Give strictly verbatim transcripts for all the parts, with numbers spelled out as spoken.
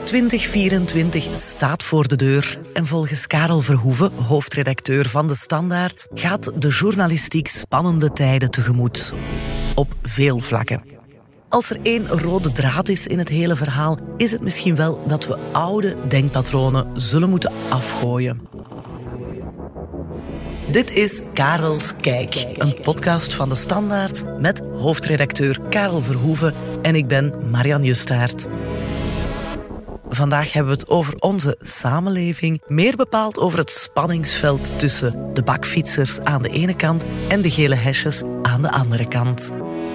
twintig vierentwintig staat voor de deur en volgens Karel Verhoeven, hoofdredacteur van De Standaard, gaat de journalistiek spannende tijden tegemoet. Op veel vlakken. Als er één rode draad is in het hele verhaal, is het misschien wel dat we oude denkpatronen zullen moeten afgooien. Dit is Karels Kijk, een podcast van De Standaard met hoofdredacteur Karel Verhoeven en ik ben Marianne Justaert. Vandaag hebben we het over onze samenleving, meer bepaald over het spanningsveld tussen de bakfietsers aan de ene kant en de gele hesjes aan de andere kant.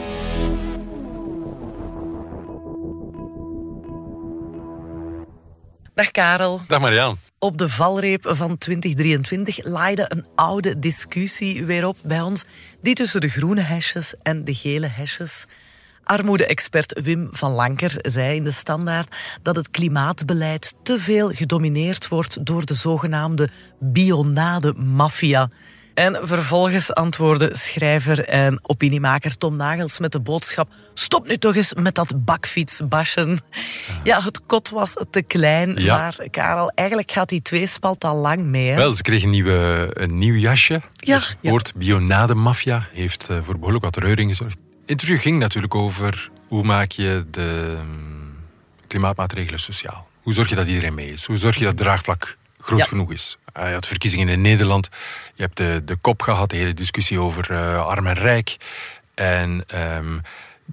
Dag Karel. Dag Marianne. Op de valreep van twintig drieëntwintig laaide een oude discussie weer op bij ons, die tussen de groene hesjes en de gele hesjes. Armoede-expert Wim van Lanker zei in De Standaard dat het klimaatbeleid te veel gedomineerd wordt door de zogenaamde bionade-maffia. En vervolgens antwoordde schrijver en opiniemaker Tom Nagels met de boodschap: stop nu toch eens met dat bakfietsbashen. Ja, het kot was te klein, ja. Maar Karel, eigenlijk gaat die tweespalt al lang mee. Hè? Wel, ze kregen een, nieuwe, een nieuw jasje. Ja, het woord ja. bionade-maffia heeft uh, voor behoorlijk wat reuring gezorgd. Het interview ging natuurlijk over hoe maak je de um, klimaatmaatregelen sociaal. Hoe zorg je dat iedereen mee is? Hoe zorg je dat het draagvlak groot ja. genoeg is? Uh, je had verkiezingen in Nederland. Je hebt de, de kop gehad, de hele discussie over uh, arm en rijk. En um,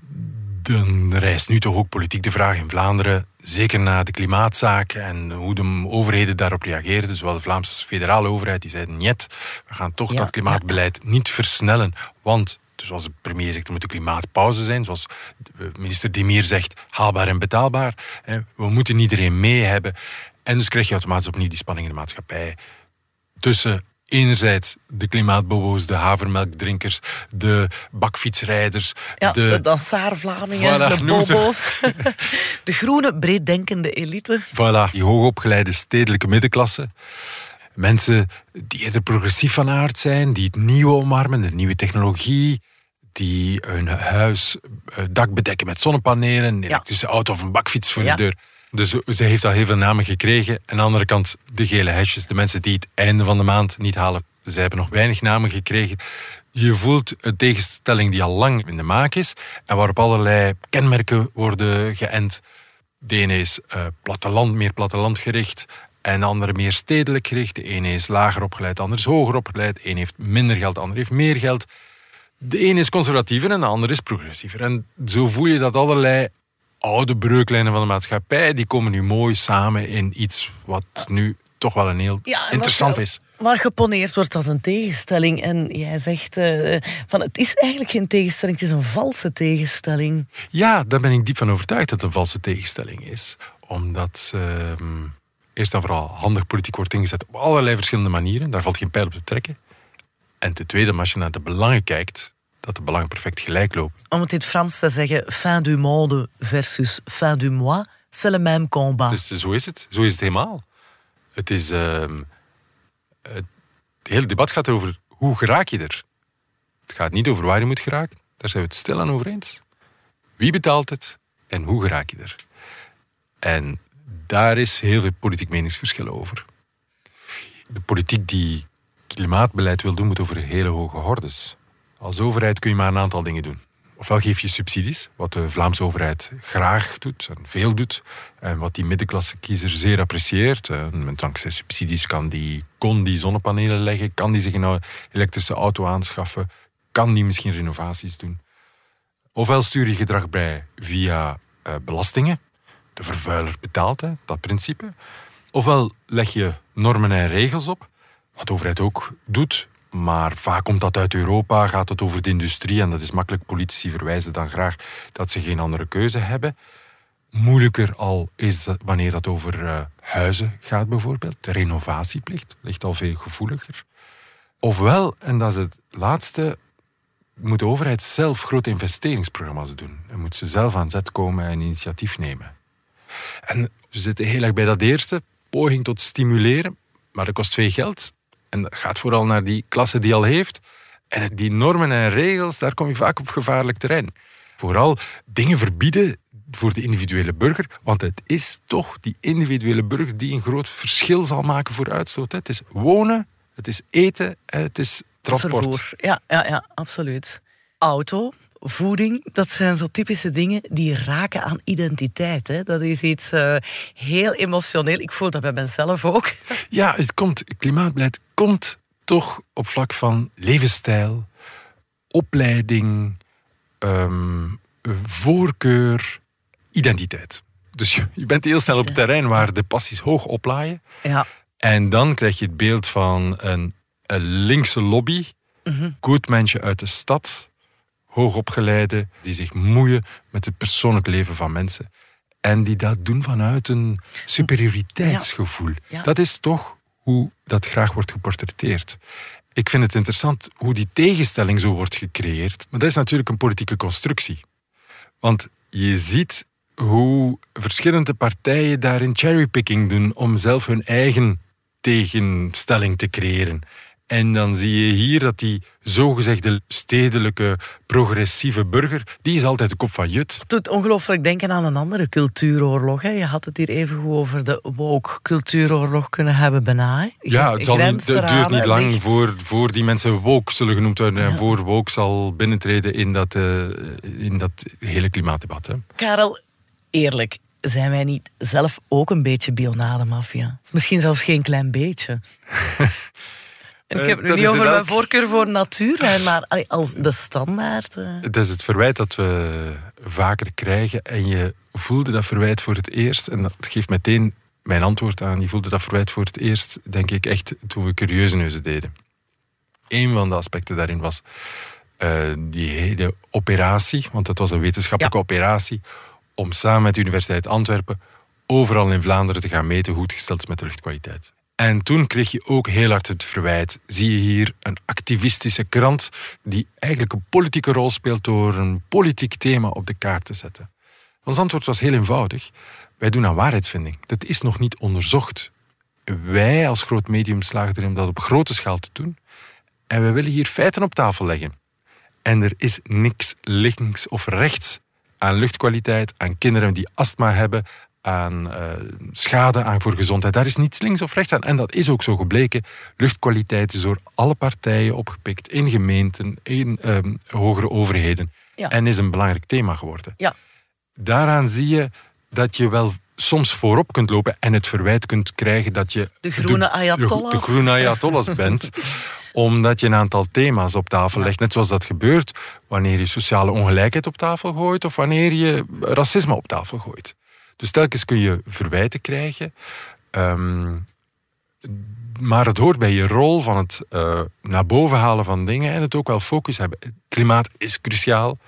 dan rijst nu toch ook politiek de vraag in Vlaanderen, zeker na de klimaatzaak en hoe de overheden daarop reageerden, zowel de Vlaamse federale overheid, die zeiden niet, we gaan toch ja. dat klimaatbeleid niet versnellen, want zoals de premier zegt, er moet een klimaatpauze zijn. Zoals minister Demir zegt, haalbaar en betaalbaar. We moeten iedereen mee hebben. En dus krijg je automatisch opnieuw die spanning in de maatschappij. Tussen enerzijds de klimaatbobo's, de havermelkdrinkers, de bakfietsrijders. Ja, de, de Dansaar-Vlamingen, voilà, de bobo's. De groene, breeddenkende elite. Voilà, die hoogopgeleide stedelijke middenklasse. Mensen die eerder progressief van aard zijn, die het nieuwe omarmen, de nieuwe technologie, die hun huis dak bedekken met zonnepanelen, een elektrische ja. auto of een bakfiets voor ja. de deur. Dus ze heeft al heel veel namen gekregen. En aan de andere kant de gele hesjes, de mensen die het einde van de maand niet halen. Ze hebben nog weinig namen gekregen. Je voelt een tegenstelling die al lang in de maak is en waarop allerlei kenmerken worden geënt. De ene is uh, platteland, meer plattelandgericht. En de andere meer stedelijk gericht. De ene is lager opgeleid, de andere is hoger opgeleid. De ene heeft minder geld, de andere heeft meer geld. De ene is conservatiever en de andere is progressiever. En zo voel je dat allerlei oude breuklijnen van de maatschappij, die komen nu mooi samen in iets wat nu toch wel een heel ja, interessant wat, is. Wat geponeerd wordt als een tegenstelling. En jij zegt, uh, van het is eigenlijk geen tegenstelling, het is een valse tegenstelling. Ja, daar ben ik diep van overtuigd dat het een valse tegenstelling is. Omdat Uh, eerst en vooral handig politiek wordt ingezet op allerlei verschillende manieren. Daar valt geen pijl op te trekken. En ten tweede, als je naar de belangen kijkt, dat de belangen perfect gelijk lopen. Om het in het Frans te zeggen, fin du monde versus fin du mois, c'est le même combat. Dus zo is het. Zo is het helemaal. Het is Uh, het hele debat gaat over hoe geraak je er. Het gaat niet over waar je moet geraken. Daar zijn we het stil aan over eens. Wie betaalt het en hoe geraak je er? En daar is heel veel politiek meningsverschil over. De politiek die klimaatbeleid wil doen, moet over hele hoge hordes. Als overheid kun je maar een aantal dingen doen. Ofwel geef je subsidies, wat de Vlaamse overheid graag doet en veel doet. En wat die middenklasse kiezer zeer apprecieert. Met dankzij subsidies kan die, kon die zonnepanelen leggen, kan die zich een elektrische auto aanschaffen, kan die misschien renovaties doen. Ofwel stuur je gedrag bij via uh, belastingen. De vervuiler betaalt, hè, dat principe. Ofwel leg je normen en regels op, wat de overheid ook doet, maar vaak komt dat uit Europa, gaat het over de industrie en dat is makkelijk. Politici verwijzen dan graag dat ze geen andere keuze hebben. Moeilijker al is dat wanneer dat over uh, huizen gaat bijvoorbeeld. De renovatieplicht ligt al veel gevoeliger. Ofwel, en dat is het laatste, moet de overheid zelf grote investeringsprogramma's doen. En moet ze zelf aan zet komen en initiatief nemen. En we zitten heel erg bij dat eerste, poging tot stimuleren, maar dat kost veel geld. En dat gaat vooral naar die klasse die al heeft. En die normen en regels, daar kom je vaak op gevaarlijk terrein. Vooral dingen verbieden voor de individuele burger. Want het is toch die individuele burger die een groot verschil zal maken voor uitstoot. Het is wonen, het is eten en het is transport. Vervoer. Ja, ja, ja, absoluut. Auto, voeding, dat zijn zo typische dingen die raken aan identiteit. Hè? Dat is iets uh, heel emotioneel. Ik voel dat bij mezelf ook. Ja, het komt, klimaatbeleid komt toch op vlak van levensstijl, opleiding, um, voorkeur, identiteit. Dus je, je bent heel snel op het terrein waar de passies hoog oplaaien. Ja. En dan krijg je het beeld van een, een linkse lobby, mm-hmm. goed mensje uit de stad, hoogopgeleide, die zich moeien met het persoonlijk leven van mensen. En die dat doen vanuit een superioriteitsgevoel. Ja. Ja. Dat is toch hoe dat graag wordt geportretteerd. Ik vind het interessant hoe die tegenstelling zo wordt gecreëerd. Maar dat is natuurlijk een politieke constructie. Want je ziet hoe verschillende partijen daarin cherrypicking doen om zelf hun eigen tegenstelling te creëren. En dan zie je hier dat die zogezegde stedelijke, progressieve burger, die is altijd de kop van Jut. Het doet ongelooflijk denken aan een andere cultuuroorlog. Hè. Je had het hier even goed over de woke-cultuuroorlog kunnen hebben bijna. Ja, het, zal niet, het duurt niet lang voor, voor die mensen woke zullen genoemd worden. En ja. voor woke zal binnentreden in dat, uh, in dat hele klimaatdebat. Hè. Karel, eerlijk, zijn wij niet zelf ook een beetje bionademafia? Misschien zelfs geen klein beetje. En ik heb het nu niet over mijn voorkeur voor natuur, maar als de standaard. Uh... Het is het verwijt dat we vaker krijgen en je voelde dat verwijt voor het eerst. En dat geeft meteen mijn antwoord aan. Je voelde dat verwijt voor het eerst, denk ik echt, toen we Curieuze Neuzen deden. Een van de aspecten daarin was uh, die hele operatie, want het was een wetenschappelijke ja. operatie, om samen met de Universiteit Antwerpen overal in Vlaanderen te gaan meten hoe het gesteld is met de luchtkwaliteit. En toen kreeg je ook heel hard het verwijt. Zie je hier een activistische krant die eigenlijk een politieke rol speelt door een politiek thema op de kaart te zetten. Ons antwoord was heel eenvoudig. Wij doen aan waarheidsvinding. Dat is nog niet onderzocht. Wij als groot medium slagen erin om dat op grote schaal te doen. En wij willen hier feiten op tafel leggen. En er is niks links of rechts aan luchtkwaliteit, aan kinderen die astma hebben, aan uh, schade aan voor gezondheid. Daar is niets links of rechts aan. En dat is ook zo gebleken. Luchtkwaliteit is door alle partijen opgepikt, in gemeenten, in uh, hogere overheden. Ja. En is een belangrijk thema geworden. Ja. Daaraan zie je dat je wel soms voorop kunt lopen en het verwijt kunt krijgen dat je de groene ayatollahs, de, de groene ayatollahs bent. Omdat je een aantal thema's op tafel legt. Net zoals dat gebeurt wanneer je sociale ongelijkheid op tafel gooit of wanneer je racisme op tafel gooit. Dus telkens kun je verwijten krijgen. Um, maar het hoort bij je rol van het uh, naar boven halen van dingen en het ook wel focus hebben. Klimaat is cruciaal.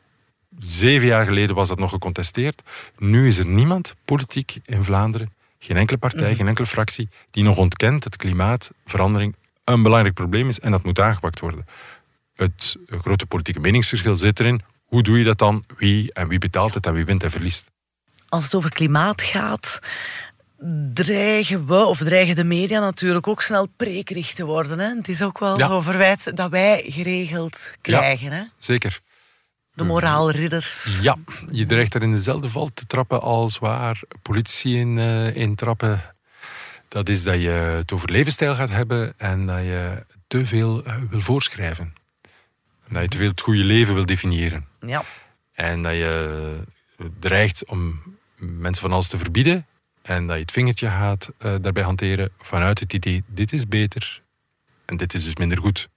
Zeven jaar geleden was dat nog gecontesteerd. Nu is er niemand, politiek in Vlaanderen, geen enkele partij, mm. geen enkele fractie, die nog ontkent dat klimaatverandering een belangrijk probleem is en dat moet aangepakt worden. Het grote politieke meningsverschil zit erin. Hoe doe je dat dan? Wie en wie betaalt het en wie wint en verliest? Als het over klimaat gaat, dreigen we, of dreigen de media natuurlijk ook snel prekerig te worden. Hè? Het is ook wel ja. zo'n verwijt dat wij geregeld krijgen. Ja, hè? Zeker. De moraalridders. Ja, je dreigt er in dezelfde val te trappen als waar politici in, uh, in trappen. Dat is dat je het over levensstijl gaat hebben en dat je te veel uh, wil voorschrijven. En dat je te veel het goede leven wil definiëren. Ja. En dat je dreigt om mensen van alles te verbieden en dat je het vingertje gaat uh, daarbij hanteren vanuit het idee, dit is beter en dit is dus minder goed.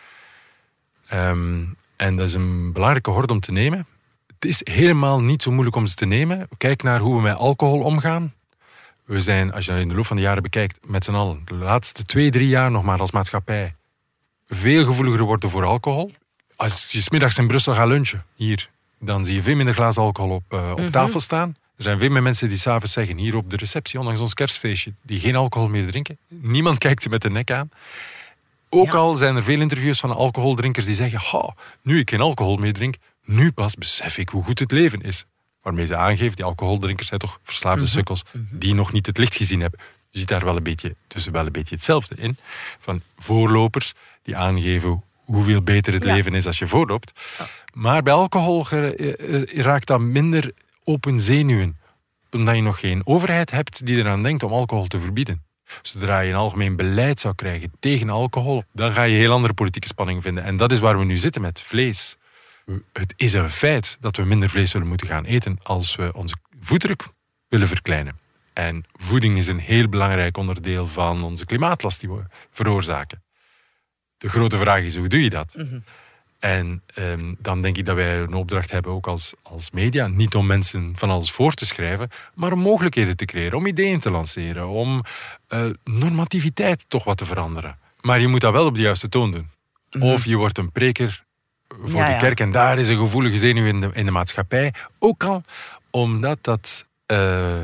Um, en dat is een belangrijke horde om te nemen. Het is helemaal niet zo moeilijk om ze te nemen. Kijk naar hoe we met alcohol omgaan. We zijn, als je in de loop van de jaren bekijkt, met z'n allen, de laatste twee, drie jaar nog maar als maatschappij, veel gevoeliger worden voor alcohol. Als je 's middags in Brussel gaat lunchen, hier, dan zie je veel minder glazen alcohol op, uh, op mm-hmm. tafel staan. Er zijn veel meer mensen die s'avonds zeggen, hier op de receptie, ondanks ons kerstfeestje, die geen alcohol meer drinken. Niemand kijkt ze met de nek aan. Ook ja. al zijn er veel interviews van alcoholdrinkers die zeggen, ha, nu ik geen alcohol meer drink, nu pas besef ik hoe goed het leven is. Waarmee ze aangeven, die alcoholdrinkers zijn toch verslaafde mm-hmm. sukkels die nog niet het licht gezien hebben. Je ziet daar wel een beetje, dus wel een beetje hetzelfde in. Van voorlopers die aangeven hoeveel beter het ja. leven is als je voorloopt. Ja. Maar bij alcohol raakt dat minder open zenuwen. Omdat je nog geen overheid hebt die eraan denkt om alcohol te verbieden. Zodra je een algemeen beleid zou krijgen tegen alcohol, dan ga je heel andere politieke spanning vinden. En dat is waar we nu zitten met vlees. Het is een feit dat we minder vlees zullen moeten gaan eten als we onze voetdruk willen verkleinen. En voeding is een heel belangrijk onderdeel van onze klimaatlast die we veroorzaken. De grote vraag is, hoe doe je dat? Mm-hmm. En um, dan denk ik dat wij een opdracht hebben, ook als, als media, niet om mensen van alles voor te schrijven, maar om mogelijkheden te creëren, om ideeën te lanceren, om uh, normativiteit toch wat te veranderen. Maar je moet dat wel op de juiste toon doen. Mm-hmm. Of je wordt een preker voor ja, de kerk ja. en daar is een gevoelige zenuw in de, in de maatschappij. Ook al omdat dat, uh,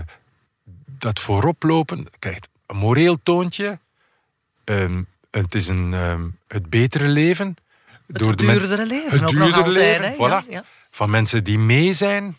dat vooroplopen krijgt een moreel toontje. Um, het is een, um, het betere leven. Het door duurdere de leven. Het ook duurdere nog altijd, leven, hè? voilà. Ja, ja. Van mensen die mee zijn,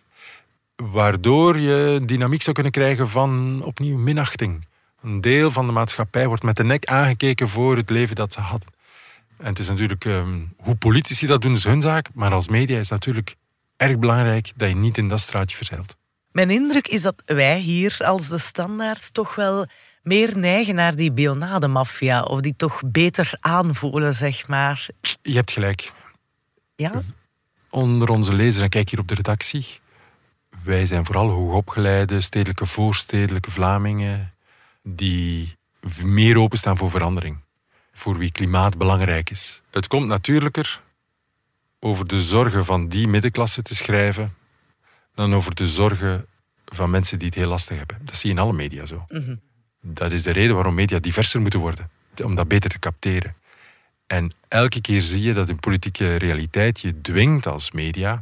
waardoor je dynamiek zou kunnen krijgen van opnieuw minachting. Een deel van de maatschappij wordt met de nek aangekeken voor het leven dat ze hadden. En het is natuurlijk, um, hoe politici dat doen, is hun zaak, maar als media is het natuurlijk erg belangrijk dat je niet in dat straatje verzeilt. Mijn indruk is dat wij hier als de Standaard toch wel meer neigen naar die bionademafia, of die toch beter aanvoelen, zeg maar. Je hebt gelijk. Ja? Onder onze lezers, en kijk hier op de redactie, wij zijn vooral hoogopgeleide, stedelijke, voorstedelijke Vlamingen die meer openstaan voor verandering. Voor wie klimaat belangrijk is. Het komt natuurlijker over de zorgen van die middenklasse te schrijven dan over de zorgen van mensen die het heel lastig hebben. Dat zie je in alle media zo. Mm-hmm. Dat is de reden waarom media diverser moeten worden. Om dat beter te capteren. En elke keer zie je dat in politieke realiteit je dwingt als media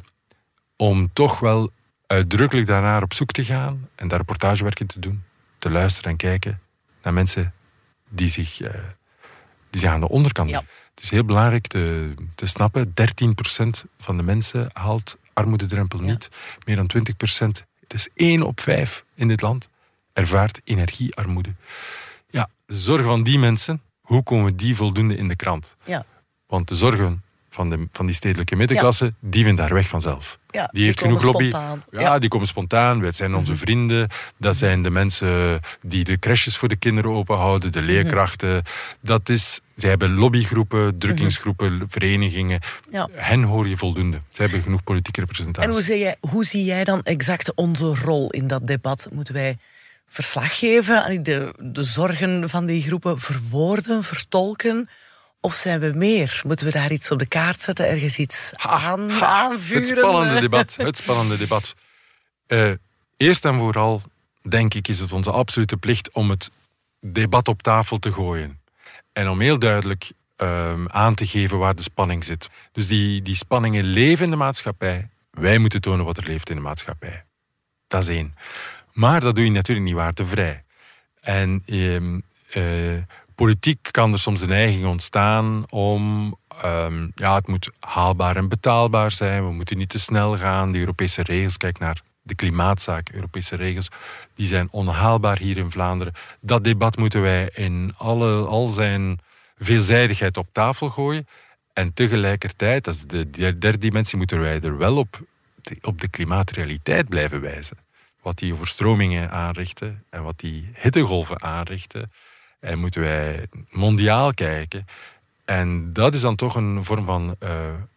om toch wel uitdrukkelijk daarnaar op zoek te gaan en daar reportagewerk in te doen. Te luisteren en kijken naar mensen die zich, uh, die zich aan de onderkant... Ja. Het is heel belangrijk te, te snappen, dertien procent van de mensen haalt armoededrempel niet. Ja. Meer dan twintig procent, het is één op vijf in dit land, ervaart energiearmoede. Ja, de zorgen van die mensen, hoe komen die voldoende in de krant? Ja. Want de zorgen van, de, van die stedelijke middenklasse, ja. die vinden daar weg vanzelf. Ja, die, die heeft genoeg lobby. Ja, ja, die komen spontaan. Het zijn onze vrienden. Dat zijn de mensen die de crèches voor de kinderen openhouden, de leerkrachten. Dat is, zij hebben lobbygroepen, drukkingsgroepen, verenigingen. Ja. Hen hoor je voldoende. Zij hebben genoeg politieke representatie. En hoe zie jij, hoe zie jij dan exact onze rol in dat debat? Moeten wij verslag geven, de, de zorgen van die groepen verwoorden, vertolken? Of zijn we meer? Moeten we daar iets op de kaart zetten, ergens iets aan, ha, ha, aanvuren? Het spannende debat. Het spannende debat. Uh, eerst en vooral, denk ik, is het onze absolute plicht om het debat op tafel te gooien. En om heel duidelijk uh, aan te geven waar de spanning zit. Dus die, die spanningen leven in de maatschappij. Wij moeten tonen wat er leeft in de maatschappij. Dat is één. Maar dat doe je natuurlijk niet waardevrij. En... Uh, uh, Politiek kan er soms een neiging ontstaan om... Um, ja, het moet haalbaar en betaalbaar zijn. We moeten niet te snel gaan. De Europese regels, kijk naar de klimaatzaak. Europese regels, die zijn onhaalbaar hier in Vlaanderen. Dat debat moeten wij in alle, al zijn veelzijdigheid op tafel gooien. En tegelijkertijd, dat is de derde dimensie, moeten wij er wel op, op de klimaatrealiteit blijven wijzen. Wat die overstromingen aanrichten en wat die hittegolven aanrichten... En moeten wij mondiaal kijken. En dat is dan toch een vorm van uh,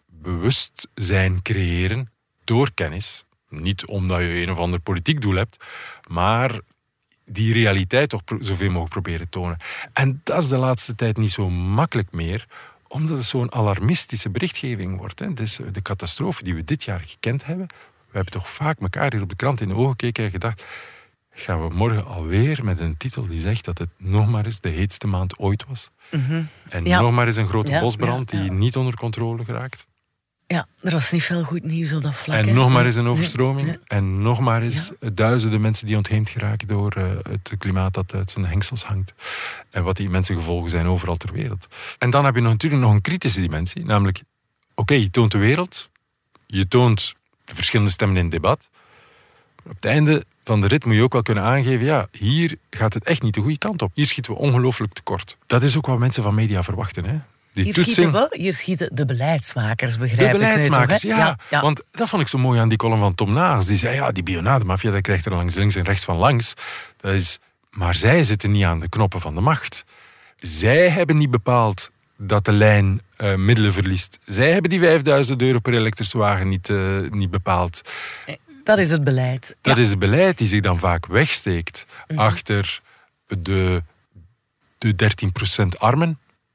bewustzijn creëren door kennis. Niet omdat je een of ander politiek doel hebt, maar die realiteit toch zoveel mogelijk proberen te tonen. En dat is de laatste tijd niet zo makkelijk meer, omdat het zo'n alarmistische berichtgeving wordt. Hè. Dus de catastrofe die we dit jaar gekend hebben, we hebben toch vaak elkaar hier op de krant in de ogen gekeken en gedacht... gaan we morgen alweer met een titel die zegt dat het nog maar eens de heetste maand ooit was. Mm-hmm. En ja. nog maar eens een grote ja, bosbrand ja, ja. die niet onder controle geraakt. Ja, er was niet veel goed nieuws op dat vlak. En hè? nog maar eens een overstroming. Ja, ja. En nog maar eens ja. duizenden mensen die ontheemd geraken door uh, het klimaat dat uit zijn hengsels hangt. En wat die mensen gevolgen zijn overal ter wereld. En dan heb je nog, natuurlijk nog een kritische dimensie. Namelijk, oké, okay, je toont de wereld. Je toont de verschillende stemmen in het debat. Maar op het einde van de rit moet je ook wel kunnen aangeven, ja, hier gaat het echt niet de goede kant op. Hier schieten we ongelooflijk tekort. Dat is ook wat mensen van media verwachten. Hè? Die hier, toetsing, schieten we, hier schieten de beleidsmakers, begrijp de beleidsmakers, ik nu toch, hè? ja, ja. Want dat vond ik zo mooi aan die column van Tom Naars. Die zei, ja, die bionademafia, dat krijgt er langs links en rechts van langs. Dat is, maar zij zitten niet aan de knoppen van de macht. Zij hebben niet bepaald dat de lijn uh, middelen verliest. Zij hebben die vijfduizend euro per elektrische wagen niet, uh, niet bepaald. Dat is het beleid. Dat ja. is het beleid die zich dan vaak wegsteekt mm-hmm. achter de, de dertien procent armen,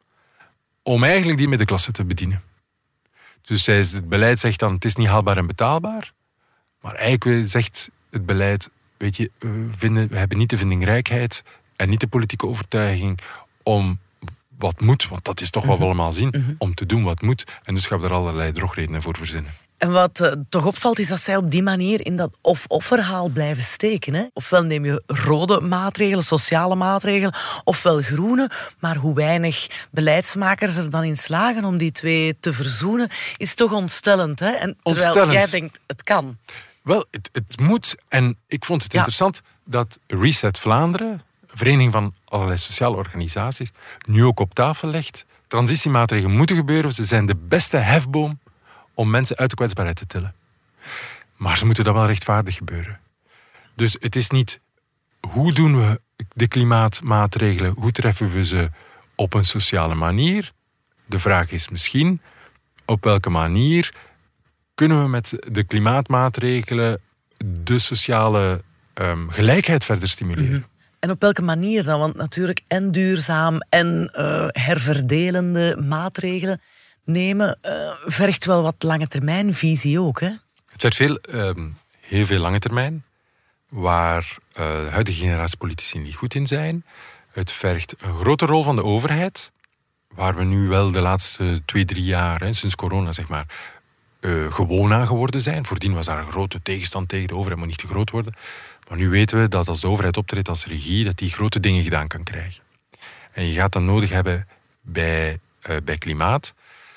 om eigenlijk die middenklasse te bedienen. Dus zij, het beleid zegt dan, het is niet haalbaar en betaalbaar. Maar eigenlijk zegt het beleid, weet je, we, vinden, we hebben niet de vindingrijkheid en niet de politieke overtuiging om wat moet, want dat is toch wat we allemaal zien, mm-hmm. om te doen wat moet. En dus gaan we er allerlei drogredenen voor verzinnen. En wat uh, toch opvalt, is dat zij op die manier in dat of-of-verhaal blijven steken. Hè? Ofwel neem je rode maatregelen, sociale maatregelen, ofwel groene. Maar hoe weinig beleidsmakers er dan in slagen om die twee te verzoenen, is toch ontstellend. Hè? En terwijl ontstellend. jij denkt, het kan. Wel, het, het moet. En ik vond het ja. interessant dat Reset Vlaanderen, vereniging van allerlei sociale organisaties, nu ook op tafel legt. Transitiemaatregelen moeten gebeuren. Ze zijn de beste hefboom om mensen uit de kwetsbaarheid te tillen. Maar ze moeten dat wel rechtvaardig gebeuren. Dus het is niet hoe doen we de klimaatmaatregelen, hoe treffen we ze op een sociale manier. De vraag is misschien op welke manier kunnen we met de klimaatmaatregelen de sociale um, gelijkheid verder stimuleren. Mm-hmm. En op welke manier dan? Want natuurlijk en duurzaam en uh, herverdelende maatregelen nemen uh, vergt wel wat lange termijn visie ook, hè? Het vergt veel, um, heel veel lange termijn, waar uh, de huidige generatie politici niet goed in zijn. Het vergt een grote rol van de overheid, waar we nu wel de laatste twee, drie jaar, hè, sinds corona zeg maar, uh, gewoon aan geworden zijn. Voordien was daar een grote tegenstand tegen, de overheid moet niet te groot worden. Maar nu weten we dat als de overheid optreedt als regie, dat die grote dingen gedaan kan krijgen. En je gaat dat nodig hebben bij, uh, bij klimaat.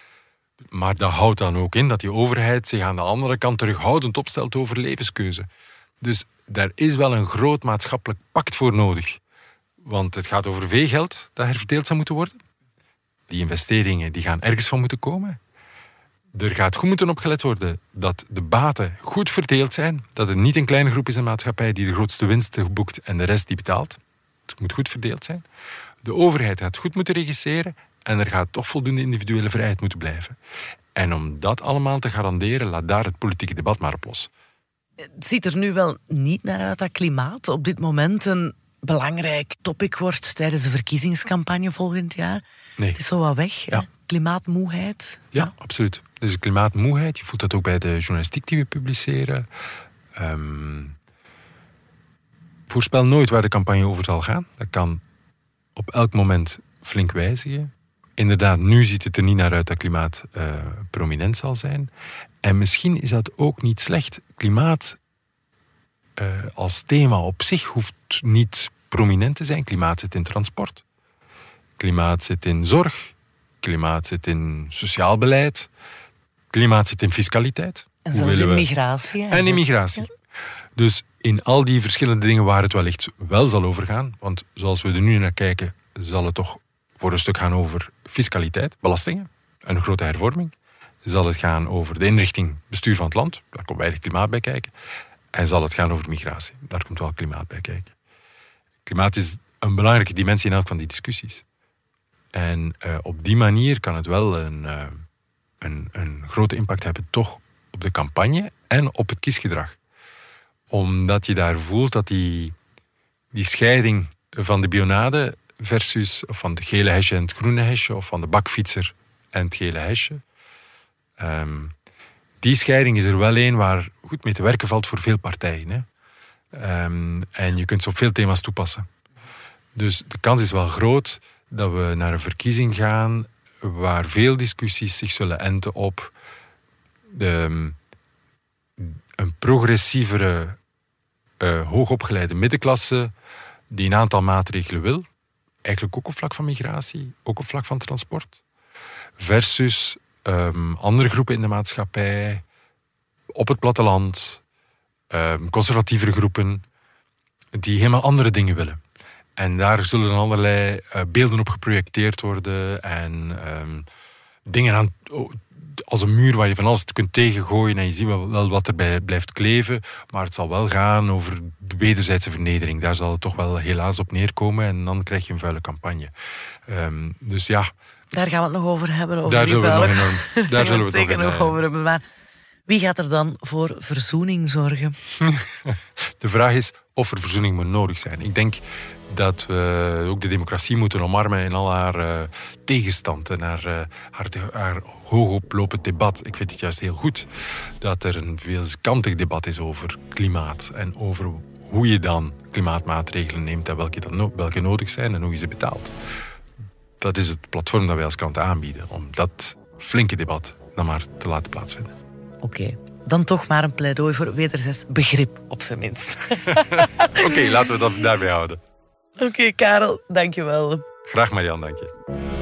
Maar dat houdt dan ook in dat die overheid zich aan de andere kant terughoudend opstelt over levenskeuze. Dus daar is wel een groot maatschappelijk pact voor nodig. Want het gaat over veel geld dat herverdeeld zou moeten worden. Die investeringen die gaan ergens van moeten komen. Er gaat goed moeten opgelet worden dat de baten goed verdeeld zijn. Dat er niet een kleine groep is in de maatschappij die de grootste winsten boekt en de rest die betaalt. Het moet goed verdeeld zijn. De overheid gaat goed moeten regisseren. En er gaat toch voldoende individuele vrijheid moeten blijven. En om dat allemaal te garanderen, laat daar het politieke debat maar op los. Het ziet er nu wel niet naar uit dat klimaat op dit moment een belangrijk topic wordt tijdens de verkiezingscampagne volgend jaar. Nee. Het is zo wat weg, ja. hè? Klimaatmoeheid. Ja, ja, absoluut. Dus klimaatmoeheid, je voelt dat ook bij de journalistiek die we publiceren. Um, voorspel nooit waar de campagne over zal gaan. Dat kan op elk moment flink wijzigen. Inderdaad, nu ziet het er niet naar uit dat klimaat uh, prominent zal zijn. En misschien is dat ook niet slecht. Klimaat uh, als thema op zich hoeft niet prominent te zijn. Klimaat zit in transport. Klimaat zit in zorg. Klimaat zit in sociaal beleid. Klimaat zit in fiscaliteit. En zelfs in migratie. En in migratie. Ja. Dus in al die verschillende dingen waar het wellicht wel zal over gaan, want zoals we er nu naar kijken, zal het toch voor een stuk gaan over fiscaliteit, belastingen, een grote hervorming. Zal het gaan over de inrichting, bestuur van het land, daar komt weinig klimaat bij kijken. En zal het gaan over migratie, daar komt wel klimaat bij kijken. Klimaat is een belangrijke dimensie in elk van die discussies. En uh, op die manier kan het wel een, uh, een, een grote impact hebben, toch op de campagne en op het kiesgedrag. Omdat je daar voelt dat die, die scheiding van de bionade versus of van de gele hesje en het groene hesje, of van de bakfietser en het gele hesje, um, die scheiding is er wel een waar goed mee te werken valt voor veel partijen. Hè. Um, en je kunt ze op veel thema's toepassen. Dus de kans is wel groot dat we naar een verkiezing gaan waar veel discussies zich zullen enten op de, een progressievere, uh, hoogopgeleide middenklasse die een aantal maatregelen wil. Eigenlijk ook op vlak van migratie, ook op vlak van transport. Versus um, andere groepen in de maatschappij, op het platteland, um, conservatievere groepen, die helemaal andere dingen willen. En daar zullen allerlei uh, beelden op geprojecteerd worden. En um, dingen aan... Oh, als een muur waar je van alles kunt tegengooien en je ziet wel, wel wat erbij blijft kleven. Maar het zal wel gaan over de wederzijdse vernedering. Daar zal het toch wel helaas op neerkomen. En dan krijg je een vuile campagne. Um, dus ja... Daar gaan we het nog over hebben. Over daar die zullen we vuile... nog enorm, daar, daar zullen we het zeker nog, nog over hebben. Maar wie gaat er dan voor verzoening zorgen? De vraag is of er verzoening moet nodig zijn. Ik denk dat we ook de democratie moeten omarmen in al haar uh, tegenstand en haar, uh, haar, haar hoogoplopend debat. Ik vind het juist heel goed dat er een veelkantig debat is over klimaat en over hoe je dan klimaatmaatregelen neemt en welke, dan no- welke nodig zijn en hoe je ze betaalt. Dat is het platform dat wij als kranten aanbieden, om dat flinke debat dan maar te laten plaatsvinden. Oké, okay. Dan toch maar een pleidooi voor wederzijds begrip, op zijn minst. Oké, okay, laten we dat daarbij houden. Oké, okay, Karel, dank je wel. Graag, Marianne, dank je.